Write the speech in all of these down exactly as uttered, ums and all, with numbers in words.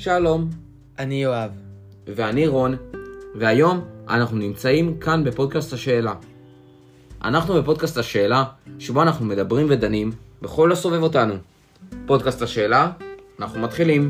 שלום, אני יואב. ואני רון, והיום אנחנו נמצאים כאן בפודקאסט השאלה. אנחנו בפודקאסט השאלה, שבו אנחנו מדברים ודנים בכל הסובב אותנו. פודקאסט השאלה, אנחנו מתחילים.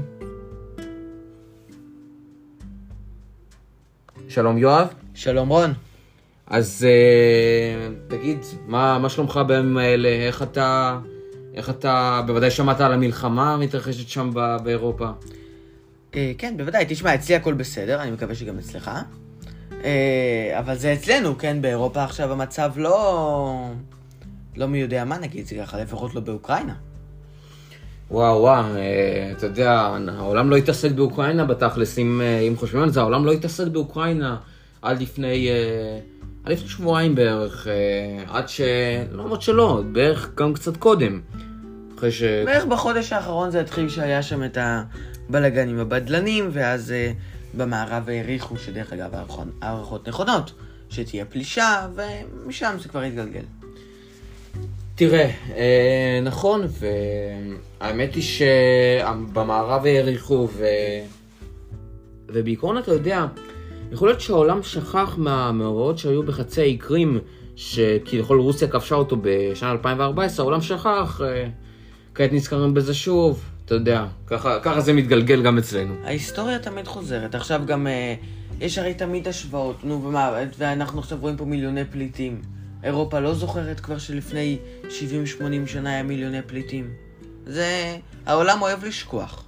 שלום יואב. שלום רון. אז uh, תגיד, מה, מה שלומך בימים האלה? איך אתה, איך אתה, בוודאי שמעת על המלחמה מתרחשת שם בא, באירופה? Uh, כן, בוודאי, תשמע, אצלי הכל בסדר, אני מקווה שגם אצלך. Uh, אבל זה אצלנו, כן, באירופה עכשיו המצב לא, לא מי יודע מה נגיד, זה ככה, לפחות לא באוקראינה. וואו וואו, אתה יודע, העולם לא התעסק באוקראינה בתכלס, אם, אם חושבים על זה, העולם לא התעסק באוקראינה עד לפני, עד לפני שבועיים בערך, עד ש... לא אומרת שלא, בערך גם קצת קודם. אחרי ש... בערך בחודש האחרון זה התחיל שהיה שם את הבלגנים הבדלנים, ואז במערב העריכו, שדרך אגב הערכות נכונות, שתהיה פלישה, ומשם זה כבר התגלגל. תראה, אה, נכון, והאמת היא שבמערב העריכו, ו... ובעיקרון אתה יודע, יכול להיות שהעולם שכח מהמאורעות שהיו בחצי האי קרים, שכביכול רוסיה כבשה אותו בשנה אלפיים וארבע עשרה, העולם שכח, אה, כעת נזכרים בזה שוב, אתה יודע, ככה, ככה זה מתגלגל גם אצלנו. ההיסטוריה תמיד חוזרת, עכשיו גם אה, יש הרי תמיד השוואות, נו, ומה, ואנחנו עכשיו רואים פה מיליוני פליטים. אירופה לא זוכרת כבר שלפני שבעים שמונים שנה היה מיליוני פליטים. זה... העולם אוהב לשכוח.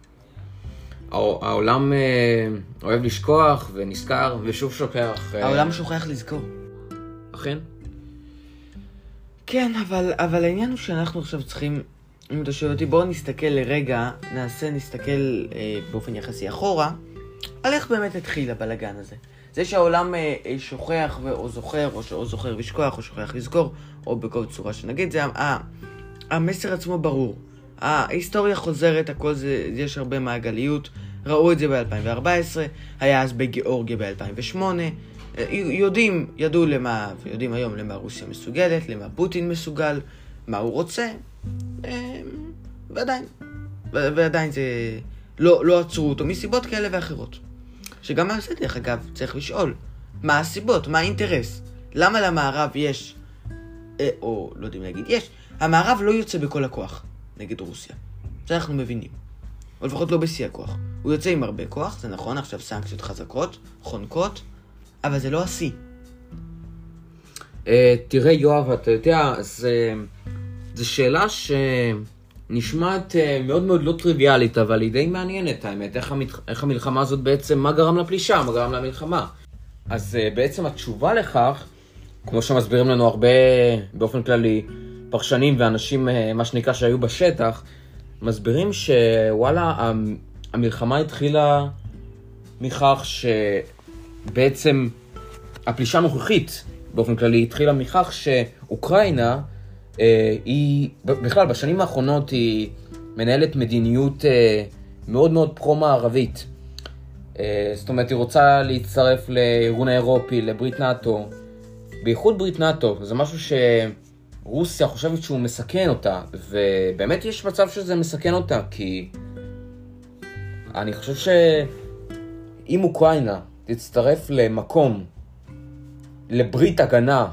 העולם אה, אוהב לשכוח ונזכר ושוב שוכח. אה... העולם שוכח לזכור. אכן? כן, אבל, אבל העניין הוא שאנחנו עכשיו צריכים, אם אתה שואל אותי, בואו נסתכל לרגע, נעשה, נסתכל אה, באופן יחסי אחורה, על איך באמת התחיל הבלגן הזה. זה שהעולם אה, אה, שוכח ו- או זוכר, או, ש- או זוכר ושכוח, או שוכח לזכור, או בכל צורה שנגיד, זה ה- המסר עצמו ברור. ההיסטוריה חוזרת, הכל זה, יש הרבה מעגליות, ראו את זה ב-אלפיים וארבע עשרה, היה אז בגיאורגיה ב-אלפיים ושמונה, יודעים, ידעו למה, ויודעים היום למה רוסיה מסוגלת, למה פוטין מסוגל, מה הוא רוצה, אה, ועדיין, ועדיין זה לא, לא עצרו אותו מסיבות כאלה ואחרות. שגם על זה דרך אגב צריך לשאול, מה הסיבות, מה האינטרס? למה למערב יש, אה, או לא יודעים להגיד, יש, המערב לא יוצא בכל הכוח נגד רוסיה. זה אנחנו מבינים. או לפחות לא בשיא הכוח. הוא יוצא עם הרבה כוח, זה נכון, עכשיו סנקציות חזקות, חונקות, אבל זה לא השיא. אה, תראה יואב, אתה יודע, זה, זה שאלה שנשמעת מאוד מאוד לא טריוויאלית, אבל היא די מעניינת, האמת, איך, המת... איך המלחמה הזאת בעצם, מה גרם לפלישה, מה גרם למלחמה. אז בעצם התשובה לכך, כמו שמסבירים לנו הרבה באופן כללי, פרשנים ואנשים, מה שנקרא, שהיו בשטח, מסבירים שוואלה, המלחמה התחילה מכך שבעצם הפלישה הנוכחית, באופן כללי, התחילה מכך שאוקראינה, אה, היא, בכלל, בשנים האחרונות היא מנהלת מדיניות אה, מאוד מאוד פרו-מערבית. אה, זאת אומרת, היא רוצה להצטרף לארגון האירופי, לברית נאטו, בייחוד ברית נאטו, זה משהו שרוסיה חושבת שהוא מסכן אותה, ובאמת יש מצב שזה מסכן אותה, כי אני חושב שאם אוקראינה תצטרף למקום, לברית הגנה,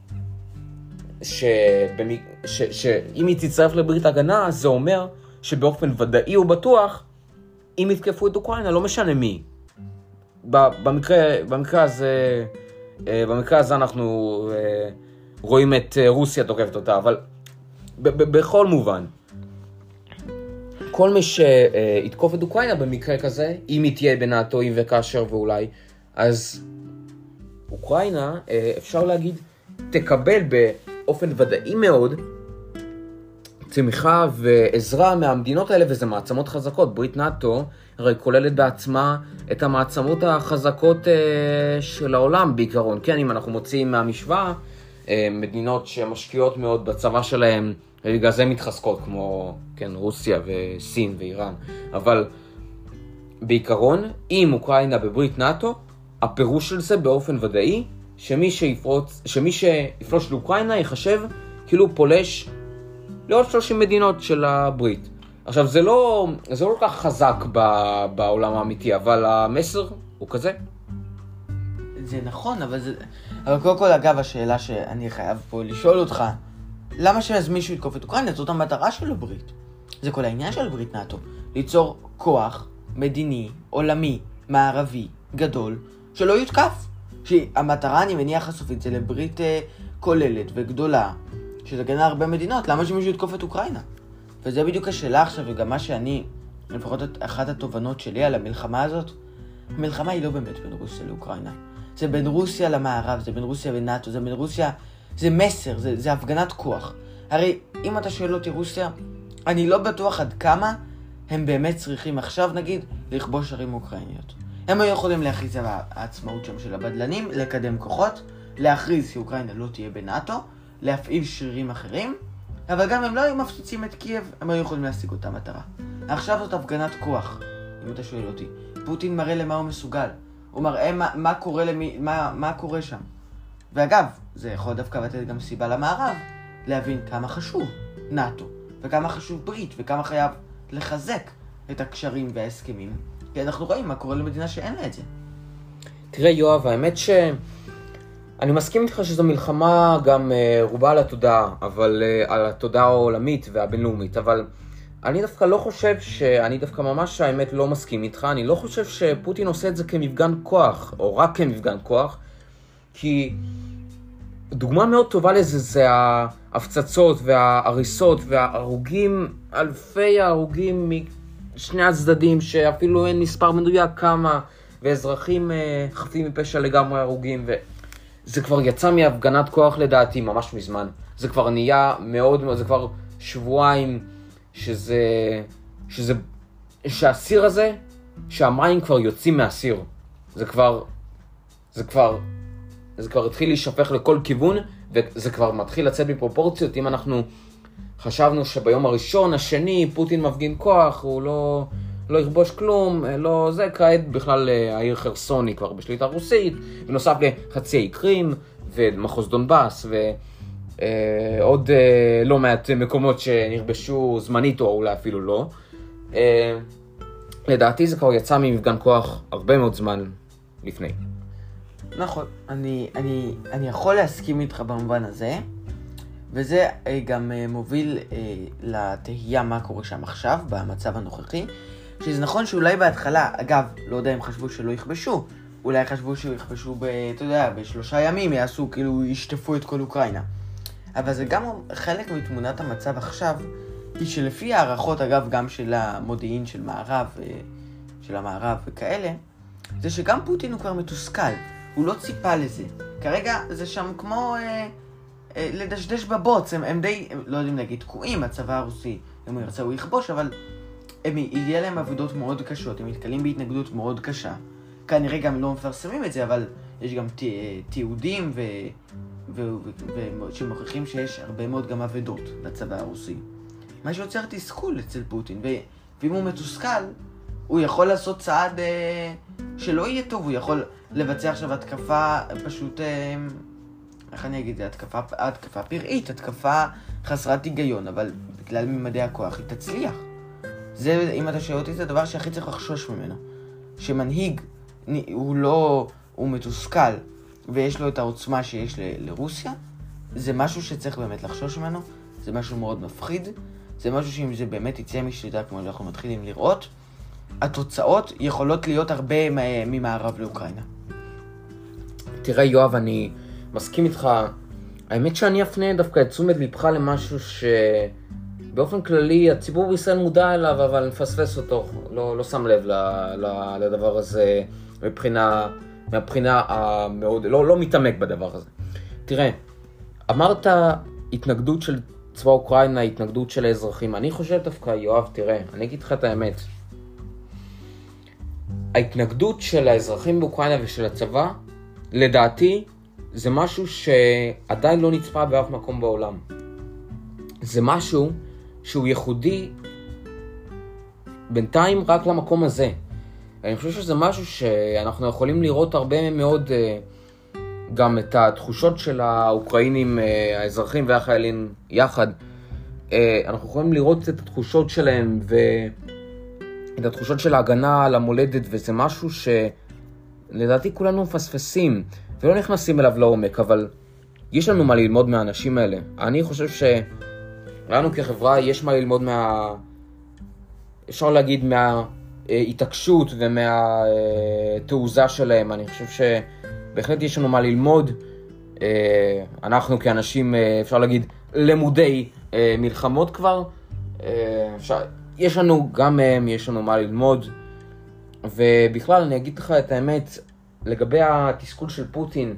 שבמ... ש... שאם היא תצטרף לברית הגנה, זה אומר שבאופן ודאי ובטוח, אם יתקפו את אוקראינה, לא משנה מי. במקרה, במקרה הזה, במקרה הזה אנחנו רואים את רוסיה תוקפת אותה, אבל ב- ב- בכל מובן, כל מי שיתקוף את אוקראינה במקרה כזה, אם היא תהיה בנאטו, אם וכאשר ואולי, אז אוקראינה, אפשר להגיד, תקבל באופן ודאי מאוד תמיכה ועזרה מהמדינות האלה, וזה מעצמות חזקות. ברית נאטו הרי כוללת בעצמה את המעצמות החזקות של העולם בעיקרון. כן, אם אנחנו מוצאים מהמשוואה, מדינות שמשקיעות מאוד בצבא שלהם, ובגלל זה מתחזקות, כמו כן, רוסיה וסין ואיראן. אבל בעיקרון, אם אוקראינה בברית נאטו, הפירוש של זה באופן ודאי, שמי שיפרוץ, שמי שיפלוש לאוקראינה יחשב כאילו פולש לעוד שלושים מדינות של הברית. עכשיו, זה לא, זה לא כל כך חזק ב- בעולם האמיתי, אבל המסר הוא כזה. זה נכון, אבל זה... אבל קודם כל, אגב, השאלה שאני חייב פה לשאול אותך, למה שאז מישהו יתקוף את אוקראינה? זאת המטרה של הברית. זה כל העניין של ברית נאטו. ליצור כוח מדיני, עולמי, מערבי, גדול, שלא יותקף. שהמטרה, אני מניח הסופית, זה לברית אה, כוללת וגדולה, שתגנה הרבה מדינות. למה שמישהו יתקוף את אוקראינה? וזה בדיוק השאלה עכשיו, וגם מה שאני, לפחות אחת התובנות שלי על המלחמה הזאת, המלחמה היא לא באמת בין רוסיה לאוקראינה. זה בין רוסיה למערב, זה בין רוסיה ונאטו, זה בין רוסיה, זה מסר, זה, זה הפגנת כוח. הרי אם אתה שואל אותי רוסיה, אני לא בטוח עד כמה הם באמת צריכים עכשיו, נגיד, לכבוש ערים אוקראיניות. הם היו יכולים להכריז על העצמאות שם של הבדלנים, לקדם כוחות, להכריז שאוקראינה לא תהיה בנאטו, להפעיל שרירים אחרים, אבל גם הם לא היו מפציצים את קייב, הם היו יכולים להשיג אותה מטרה. עכשיו זאת הפגנת כוח, אם אתה שואל אותי. פוטין מראה למה הוא מסוגל. הוא מראה מה, מה, קורה למי, מה, מה קורה שם. ואגב, זה יכול דווקא לתת גם סיבה למערב, להבין כמה חשוב נאטו, וכמה חשוב ברית, וכמה חייב לחזק את הקשרים וההסכמים. כי אנחנו רואים מה קורה למדינה שאין לה את זה. תראה יואב, האמת ש... אני מסכים איתך שזו מלחמה גם uh, רובה על התודעה, אבל uh, על התודעה העולמית והבינלאומית, אבל אני דווקא לא חושב שאני דווקא ממש האמת לא מסכים איתך, אני לא חושב שפוטין עושה את זה כמפגן כוח, או רק כמפגן כוח, כי דוגמה מאוד טובה לזה זה ההפצצות וההריסות וההרוגים, אלפי ההרוגים משני הצדדים, שאפילו אין מספר מדויק כמה, ואזרחים uh, חפים מפשע לגמרי הרוגים, ו... זה כבר יצא מהפגנת כוח לדעתי ממש מזמן. זה כבר נהיה מאוד, זה כבר שבועיים שזה, שזה, שהסיר הזה, שהמים כבר יוצאים מהסיר. זה כבר, זה כבר, זה כבר התחיל להישפך לכל כיוון, וזה כבר מתחיל לצאת מפרופורציות. אם אנחנו חשבנו שביום הראשון, השני, פוטין מפגין כוח, הוא לא... לא יכבוש כלום, לא זה, כעת בכלל העיר חרסון היא כבר בשליטה רוסית, בנוסף לחצי האי קרים ומחוז דונבאס ועוד לא מעט מקומות שנכבשו זמנית או אולי אפילו לא. לדעתי זה כבר יצא ממפגן כוח הרבה מאוד זמן לפני. נכון, אני, אני, אני יכול להסכים איתך במובן הזה, וזה גם מוביל לתהייה מה קורה שם עכשיו במצב הנוכחי. שזה נכון שאולי בהתחלה, אגב, לא יודע אם חשבו שלא יכבשו, אולי חשבו שיכבשו, ב, אתה יודע, בשלושה ימים יעשו, כאילו ישטפו את כל אוקראינה. אבל זה גם חלק מתמונת המצב עכשיו, היא שלפי הערכות, אגב, גם של המודיעין של מערב, של המערב וכאלה, זה שגם פוטין הוא כבר מתוסכל, הוא לא ציפה לזה. כרגע זה שם כמו אה, אה, לדשדש בבוץ, הם, הם די, הם לא יודעים להגיד תקועים, הצבא הרוסי, אם הוא ירצה הוא יכבוש, אבל... הם יהיה להם עבודות מאוד קשות, הם מתקלים בהתנגדות מאוד קשה. כנראה גם לא מפרסמים את זה, אבל יש גם תיעודים ו... ו... ו... ו... שמוכיחים שיש הרבה מאוד גם עבודות לצבא הרוסי. מה שיוצר תסכול אצל פוטין, ו... ואם הוא מתוסכל, הוא יכול לעשות צעד אה... שלא יהיה טוב, הוא יכול לבצע עכשיו התקפה פשוט, אה... איך אני אגיד, התקפה, התקפה פראית, התקפה חסרת היגיון, אבל בגלל ממדי הכוח היא תצליח. זה, אם אתה שואל אותי, זה הדבר שהכי צריך לחשוש ממנו. שמנהיג, הוא לא, הוא מתוסכל, ויש לו את העוצמה שיש ל, לרוסיה, זה משהו שצריך באמת לחשוש ממנו, זה משהו מאוד מפחיד, זה משהו שאם זה באמת יצא משליטה, כמו שאנחנו מתחילים לראות, התוצאות יכולות להיות הרבה ממערב לאוקראינה. תראה יואב, אני מסכים איתך, האמת שאני אפנה דווקא את תשומת לבך למשהו ש... באופן כללי, הציבור בישראל מודע אליו, אבל מפספס אותו, לא, לא שם לב ל, ל, לדבר הזה מבחינה, מבחינה המאוד, לא, לא מתעמק בדבר הזה. תראה, אמרת התנגדות של צבא אוקראינה, התנגדות של האזרחים. אני חושב דווקא, יואב, תראה, אני אגיד לך את האמת. ההתנגדות של האזרחים באוקראינה ושל הצבא, לדעתי, זה משהו שעדיין לא נצפה באף מקום בעולם. זה משהו שהוא ייחודי בינתיים רק למקום הזה. אני חושב שזה משהו שאנחנו יכולים לראות הרבה מאוד גם את התחושות של האוקראינים, האזרחים והחיילים יחד, אנחנו יכולים לראות את התחושות שלהם ואת התחושות של ההגנה על המולדת, וזה משהו שלדעתי כולנו מפספסים ולא נכנסים אליו לעומק, אבל יש לנו מה ללמוד מהאנשים האלה. אני חושב שלנו כחברה יש מה ללמוד מה... אפשר להגיד מההתעקשות ומהתעוזה שלהם. אני חושב שבהחלט יש לנו מה ללמוד. אנחנו כאנשים, אפשר להגיד, למודי מלחמות כבר. אפשר... יש לנו, גם מהם יש לנו מה ללמוד. ובכלל אני אגיד לך את האמת, לגבי התסכול של פוטין,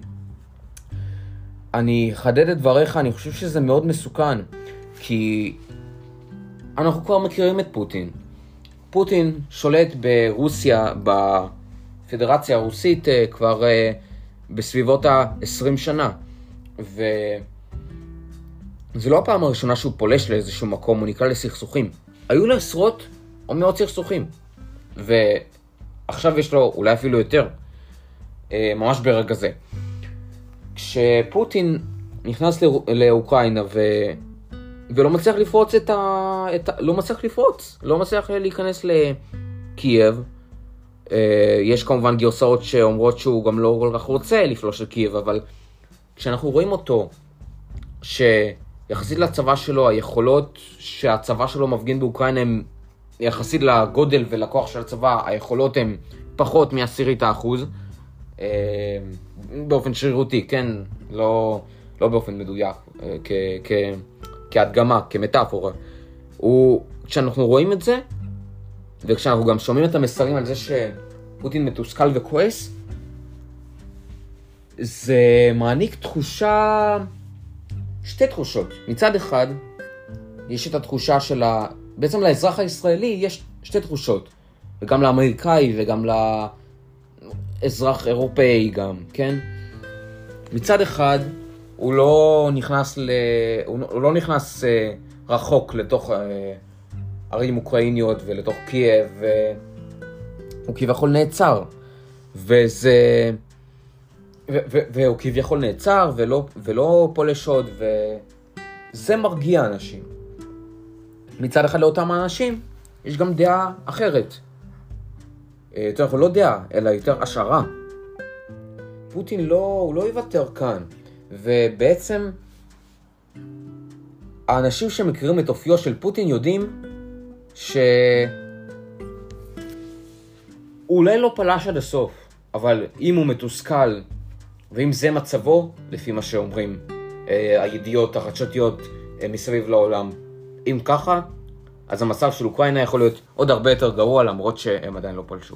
אני אחדד את דבריך, אני חושב שזה מאוד מסוכן, כי אנחנו כבר מכירים את פוטין. פוטין שולט ברוסיה, בפדרציה הרוסית, כבר בסביבות ה-עשרים שנה. וזה לא הפעם הראשונה שהוא פולש לאיזשהו מקום, הוא נקרא לסכסוכים. היו לו עשרות או מאות סכסוכים. ועכשיו יש לו אולי אפילו יותר, ממש ברגע זה. כשפוטין נכנס לאוקראינה ו... ולא מצליח לפרוץ את ה... את ה... לא מצליח לפרוץ, לא מצליח להיכנס לקייב. יש כמובן גרסאות שאומרות שהוא גם לא כל כך רוצה לפלוש לקייב, אבל כשאנחנו רואים אותו, שיחסית לצבא שלו, היכולות שהצבא שלו מפגין באוקראינה הם יחסית לגודל ולכוח של הצבא, היכולות הן פחות מעשירית האחוז, באופן שרירותי, כן, לא, לא באופן מדויק, כ, כ, כהדגמה, כמטאפורה. הוא, כשאנחנו רואים את זה, וכשאנחנו גם שומעים את המסרים על זה שפוטין מתוסכל וכועס, זה מעניק תחושה, שתי תחושות. מצד אחד, יש את התחושה של ה... בעצם לאזרח הישראלי יש שתי תחושות, וגם לאמריקאי וגם לאזרח אירופאי גם, כן? מצד אחד, הוא לא נכנס, ל... הוא לא נכנס רחוק לתוך ערים אוקראיניות ולתוך קייב, והוא כביכול נעצר, וזה... ו- ו- והוא כביכול נעצר ולא, ולא פולש עוד, וזה מרגיע אנשים. מצד אחד לאותם האנשים יש גם דעה אחרת. יותר נכון, לא דעה, אלא יותר השערה. פוטין לא, הוא לא יוותר כאן. ובעצם האנשים שמכירים את אופיו של פוטין יודעים שהוא אולי לא פלש עד הסוף, אבל אם הוא מתוסכל, ואם זה מצבו, לפי מה שאומרים הידיעות החדשותיות מסביב לעולם, אם ככה, אז המצב של אוקראינה יכול להיות עוד הרבה יותר גרוע, למרות שהם עדיין לא פלשו.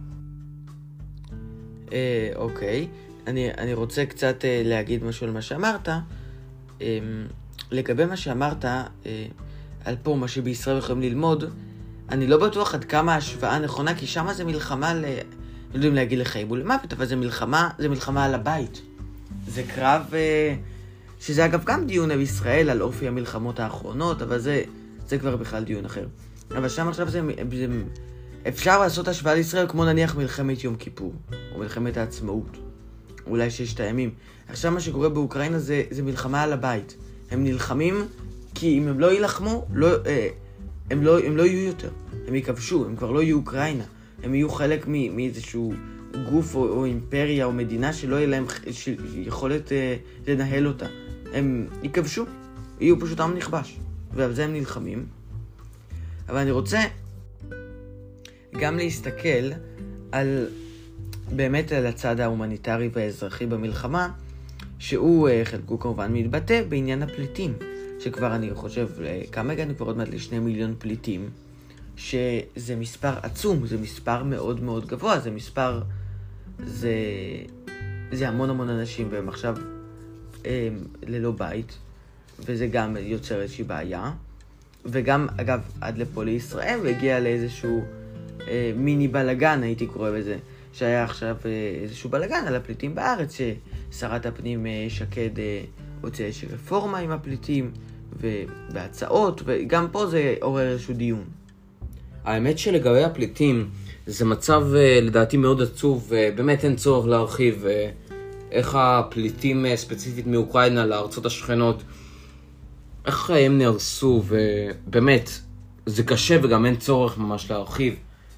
אה, אוקיי. אני, אני רוצה קצת אה, להגיד משהו על מה שאמרת. אה, לגבי מה שאמרת, אה, על פה מה שבישראל יכולים ללמוד, אני לא בטוח עד כמה ההשוואה נכונה, כי שם זה מלחמה, ל... לא יודעים להגיד לחיים ולמוות, אבל זה מלחמה, זה מלחמה על הבית. זה קרב, אה, שזה אגב גם דיון בישראל על אופי המלחמות האחרונות, אבל זה, זה כבר בכלל דיון אחר. אבל שם עכשיו זה, זה, אפשר לעשות השוואה לישראל כמו נניח מלחמת יום כיפור, או מלחמת העצמאות, אולי ששת הימים. עכשיו מה שקורה באוקראינה זה, זה מלחמה על הבית. הם נלחמים כי אם הם לא ילחמו, לא, אה, הם, לא, הם לא יהיו יותר. הם יכבשו, הם כבר לא יהיו אוקראינה. הם יהיו חלק מ, מאיזשהו גוף או, או אימפריה או מדינה שלא יהיה להם ש, יכולת אה, לנהל אותה. הם יכבשו, יהיו פשוט עם נכבש. ועל זה הם נלחמים. אבל אני רוצה גם להסתכל על באמת על הצד ההומניטרי והאזרחי במלחמה, שהוא חלקו כמובן מתבטא בעניין הפליטים, שכבר אני חושב כמה הגענו כבר עוד מעט לשני מיליון פליטים, שזה מספר עצום, זה מספר מאוד מאוד גבוה, זה מספר, זה, זה המון המון אנשים, והם עכשיו הם, ללא בית, וזה גם יוצר איזושהי בעיה, וגם אגב עד לפה לישראל, והגיע לאיזשהו אה, מיני בלגן, הייתי קורא בזה, שהיה עכשיו אה, איזשהו בלגן על הפליטים בארץ, ששרת הפנים אה, שקד אה, הוצאה איזושהי רפורמה עם הפליטים, ובהצעות, וגם פה זה עורר איזשהו דיון. האמת שלגבי הפליטים, זה מצב לדעתי מאוד עצוב, ובאמת אין צורך להרחיב איך הפליטים ספציפית מאוקראינה לארצות השכנות, איך הם נהרסו, ובאמת, זה קשה וגם אין צורך ממש להרחיב.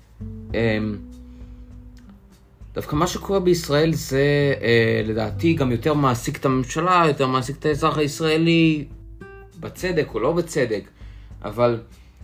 דווקא מה שקורה בישראל זה, לדעתי, גם יותר מעסיק את הממשלה, יותר מעסיק את האזרח הישראלי, בצדק או לא בצדק, אבל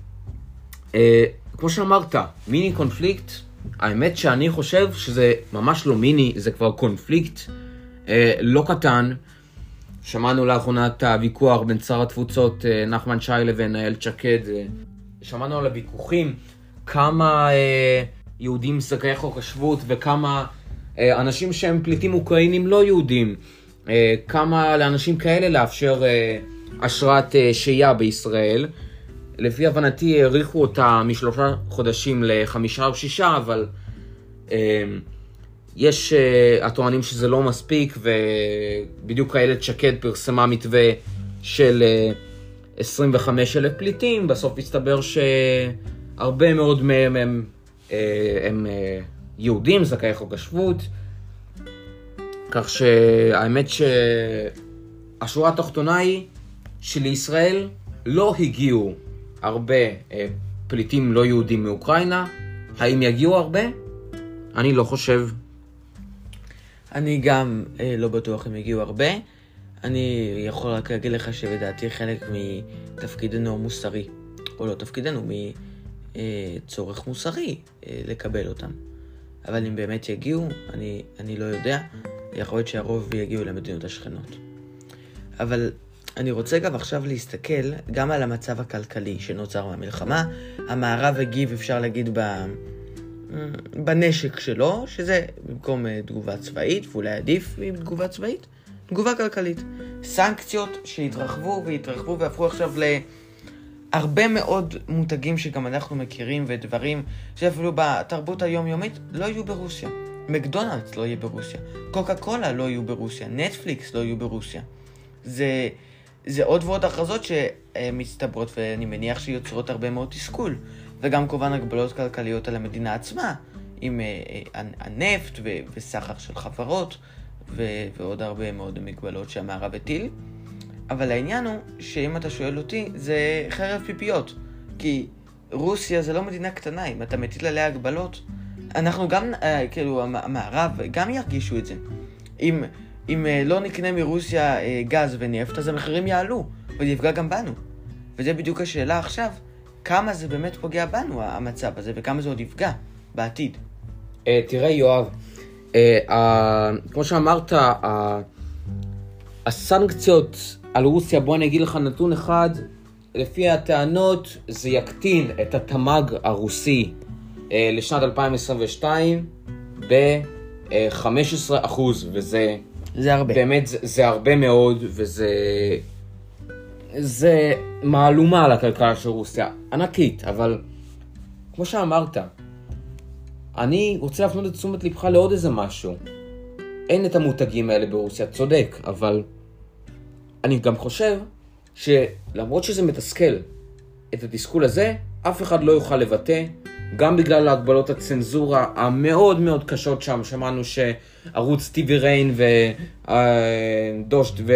כמו שאמרת, מיני קונפליקט, האמת שאני חושב שזה ממש לא מיני, זה כבר קונפליקט לא קטן. שמענו לאחרונה את הוויכוח בין שר התפוצות נחמן שי לבין איילת שקד. שמענו על הוויכוחים, כמה יהודים זכאי חוק השבות וכמה אנשים שהם פליטים אוקראינים לא יהודים. כמה לאנשים כאלה לאפשר אשרת שהייה בישראל. לפי הבנתי העריכו אותה משלושה חודשים לחמישה או שישה, אבל יש הטוענים שזה לא מספיק, ובדיוק איילת שקד פרסמה מתווה של עשרים וחמישה אלף פליטים. בסוף הסתבר שהרבה מאוד מהם הם, הם יהודים, זכאי חוק השבות. כך שהאמת שהשורה התחתונה היא שלישראל לא הגיעו הרבה פליטים לא יהודים מאוקראינה. האם יגיעו הרבה? אני לא חושב. אני גם אה, לא בטוח אם הגיעו הרבה. אני יכול רק להגיד לך שבדעתי חלק מתפקידנו המוסרי, או לא תפקידנו, מצורך מוסרי אה, לקבל אותם. אבל אם באמת יגיעו, אני, אני לא יודע. יכול להיות שהרוב יגיעו למדינות השכנות. אבל אני רוצה גם עכשיו להסתכל גם על המצב הכלכלי שנוצר מהמלחמה. המערב הגיב, אפשר להגיד, ב... בנשק שלו, שזה במקום תגובה צבאית, ואולי עדיף עם תגובה צבאית, תגובה כלכלית. סנקציות שהתרחבו והתרחבו והפכו עכשיו להרבה מאוד מותגים שגם אנחנו מכירים, ודברים שאפילו בתרבות היומיומית לא יהיו ברוסיה. מקדונלדס לא יהיה ברוסיה, קוקה קולה לא יהיו ברוסיה, נטפליקס לא יהיו ברוסיה. זה, זה עוד ועוד הכרזות שמצטברות, ואני מניח שיוצרות הרבה מאוד תסכול. וגם כמובן הגבלות כלכליות על המדינה עצמה, עם הנפט ו- וסחר של חברות, ו- ועוד הרבה מאוד מגבלות שהמערב הטיל. אבל העניין הוא שאם אתה שואל אותי, זה חרב פיפיות. כי רוסיה זה לא מדינה קטנה, אם אתה מטיל עליה הגבלות, אנחנו גם, כאילו, המערב גם ירגישו את זה. אם, אם לא נקנה מרוסיה גז ונפט, אז המחירים יעלו, ויפגע גם בנו. וזה בדיוק השאלה עכשיו, כמה זה באמת פוגע בנו, המצב הזה, וכמה זה עוד יפגע בעתיד. תראה, יואב, כמו שאמרת, הסנקציות על רוסיה, בוא אני אגיד לך נתון אחד, לפי הטענות זה יקטין את התמ"ג הרוסי לשנת אלפיים עשרים ושתיים ב-חמישה עשר אחוז, וזה זה הרבה. באמת זה, זה הרבה מאוד, וזה זה מהלומה על הכלכלה של רוסיה, ענקית. אבל כמו שאמרת, אני רוצה להפנות את תשומת לבך לעוד איזה משהו. אין את המותגים האלה ברוסיה, צודק, אבל אני גם חושב שלמרות שזה מתסכל, את התסכול הזה אף אחד לא יוכל לבטא, גם בגלל ההגבלות הצנזורה המאוד מאוד קשות שם. שמענו שערוץ טיווי ריין ודושט ו...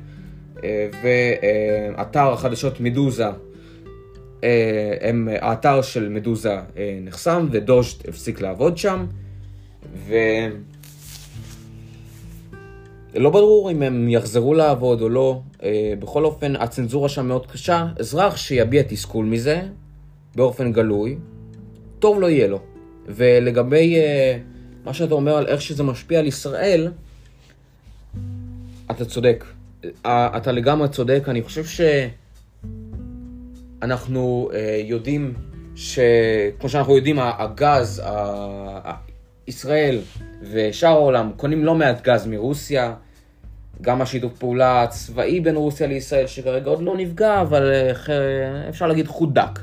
ואתר החדשות מדוזה, הם, האתר של מדוזה נחסם ודושט הפסיק לעבוד שם, ולא ברור אם הם יחזרו לעבוד או לא. בכל אופן הצנזורה שם מאוד קשה. אזרח שיביע תסכול מזה באופן גלוי, טוב לא יהיה לו. ולגבי מה שאתה אומר על איך שזה משפיע על ישראל, אתה צודק. אתה לגמרי צודק. אני חושב שאנחנו יודעים שכמו שאנחנו יודעים, הגז, ישראל ושאר העולם קונים לא מעט גז מרוסיה. גם השיתוף פעולה הצבאי בין רוסיה לישראל שכרגע עוד לא נפגע, אבל אפשר להגיד חודק.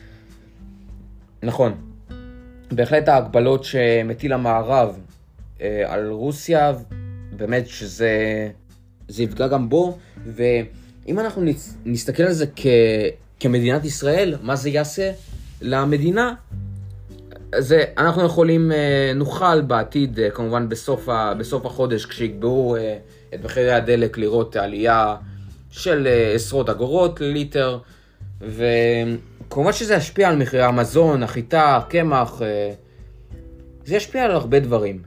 נכון. בהחלט ההגבלות שמטיל המערב על רוסיה, באמת שזה זה יפגע גם בו. ואם אנחנו נסתכל על זה כ, כמדינת ישראל, מה זה יעשה למדינה? זה, אנחנו יכולים, נוכל בעתיד, כמובן בסוף, ה, בסוף החודש, כשיקבעו את מחירי הדלק, לראות עלייה של עשרות אגורות לליטר, וכמובן שזה ישפיע על מחירי המזון, החיטה, קמח, זה ישפיע על הרבה דברים,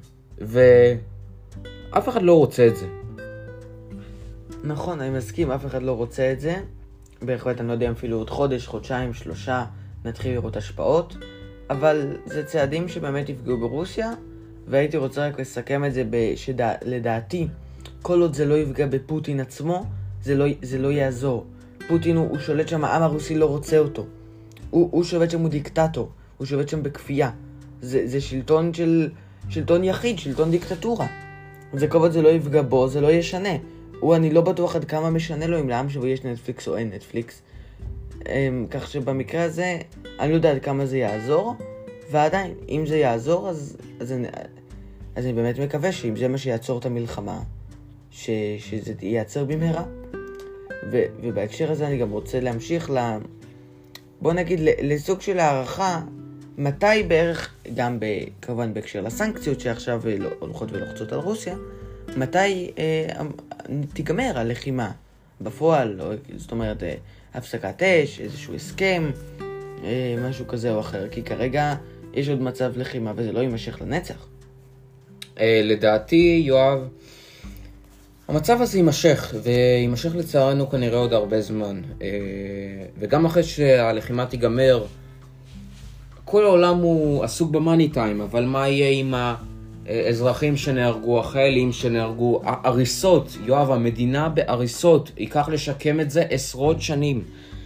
ואף אחד לא רוצה את זה. נכון, אני מסכים, אף אחד לא רוצה את זה. בהחלט אני לא יודע אפילו עוד חודש, חודשיים, שלושה, נתחיל לראות השפעות, אבל זה צעדים שבאמת יפגעו ברוסיה, והייתי רוצה רק לסכם את זה שלדעתי, כל עוד זה לא יפגע בפוטין עצמו, זה לא, זה לא יעזור. פוטין הוא, הוא שולט שם, העם הרוסי לא רוצה אותו. הוא, הוא שולט שם, הוא דיקטטור, הוא שולט שם בכפייה. זה, זה שלטון של, שלטון יחיד, שלטון דיקטטורה. זה כל עוד זה לא יפגע בו, זה לא ישנה. הוא, אני לא בטוח עד כמה משנה לו אם לעם שבו יש נטפליקס או אין נטפליקס. כך שבמקרה הזה, אני לא יודע עד כמה זה יעזור, ועדיין, אם זה יעזור, אז, אז, אני, אז אני באמת מקווה שאם זה מה שיעצור את המלחמה, ש, שזה ייעצר במהרה. ו, ובהקשר הזה אני גם רוצה להמשיך ל... בוא נגיד, לסוג של הערכה, מתי בערך, גם ב, כמובן בהקשר לסנקציות שעכשיו הולכות ולוחצות על רוסיה, מתי אה, תיגמר הלחימה בפועל, או, זאת אומרת, אה, הפסקת אש, איזשהו הסכם, אה, משהו כזה או אחר, כי כרגע יש עוד מצב לחימה וזה לא יימשך לנצח. אה, לדעתי, יואב, המצב הזה יימשך, ויימשך לצערנו כנראה עוד הרבה זמן. אה, וגם אחרי שהלחימה תיגמר, כל העולם הוא עסוק במאני טיים, אבל מה יהיה עם האזרחים שנהרגו, החיילים שנהרגו, הריסות, יואב, המדינה בהריסות, ייקח לשקם את זה עשרות שנים.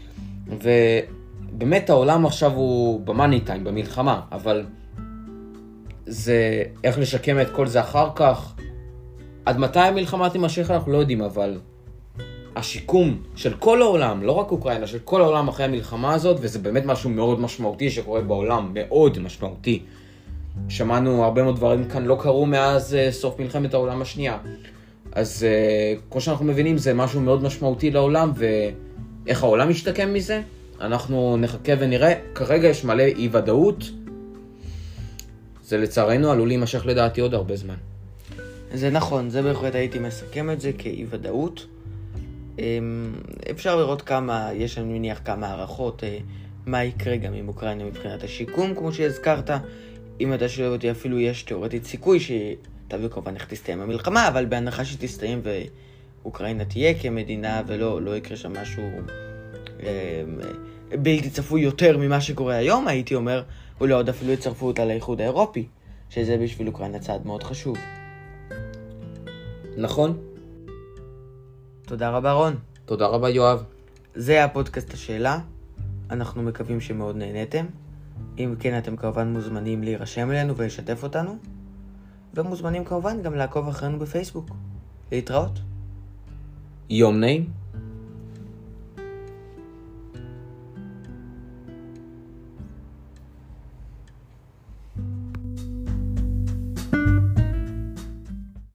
ובאמת העולם עכשיו הוא במאני טיים, במלחמה, אבל זה איך לשקם את כל זה אחר כך. עד מתי המלחמה תימשך אנחנו לא יודעים, אבל השיקום של כל העולם, לא רק אוקראינה, של כל העולם אחרי המלחמה הזאת, וזה באמת משהו מאוד משמעותי שקורה בעולם, מאוד משמעותי. שמענו הרבה מאוד דברים כאן לא קרו מאז uh, סוף מלחמת העולם השנייה. אז uh, כמו שאנחנו מבינים, זה משהו מאוד משמעותי לעולם, ואיך העולם משתקם מזה, אנחנו נחכה ונראה. כרגע יש מלא אי ודאות, זה לצערנו עלול להימשך לדעתי עוד הרבה זמן. זה נכון, זה בהחלט הייתי מסכם את זה כאי ודאות. אפשר לראות כמה, יש לנו מניח כמה הערכות, מה יקרה גם עם אוקראינה מבחינת השיקום, כמו שהזכרת. אם אתה שואל אותי, אפילו יש תיאורטית סיכוי שתביא כמובן איך תסתיים המלחמה, אבל בהנחה שתסתיים ואוקראינה תהיה כמדינה ולא לא יקרה שם משהו בלתי צפוי יותר ממה שקורה היום, הייתי אומר, אולי עוד אפילו יצרפו אותה לאיחוד האירופי, שזה בשביל אוקראינה צעד מאוד חשוב. נכון. תודה רבה רון. תודה רבה יואב. זה היה פודקאסט השאלה. אנחנו מקווים שמאוד נהניתם. אם כן, אתם כמובן מוזמנים להירשם אלינו ולשתף אותנו. ומוזמנים כמובן גם לעקוב אחרינו בפייסבוק. להתראות. יום נעים.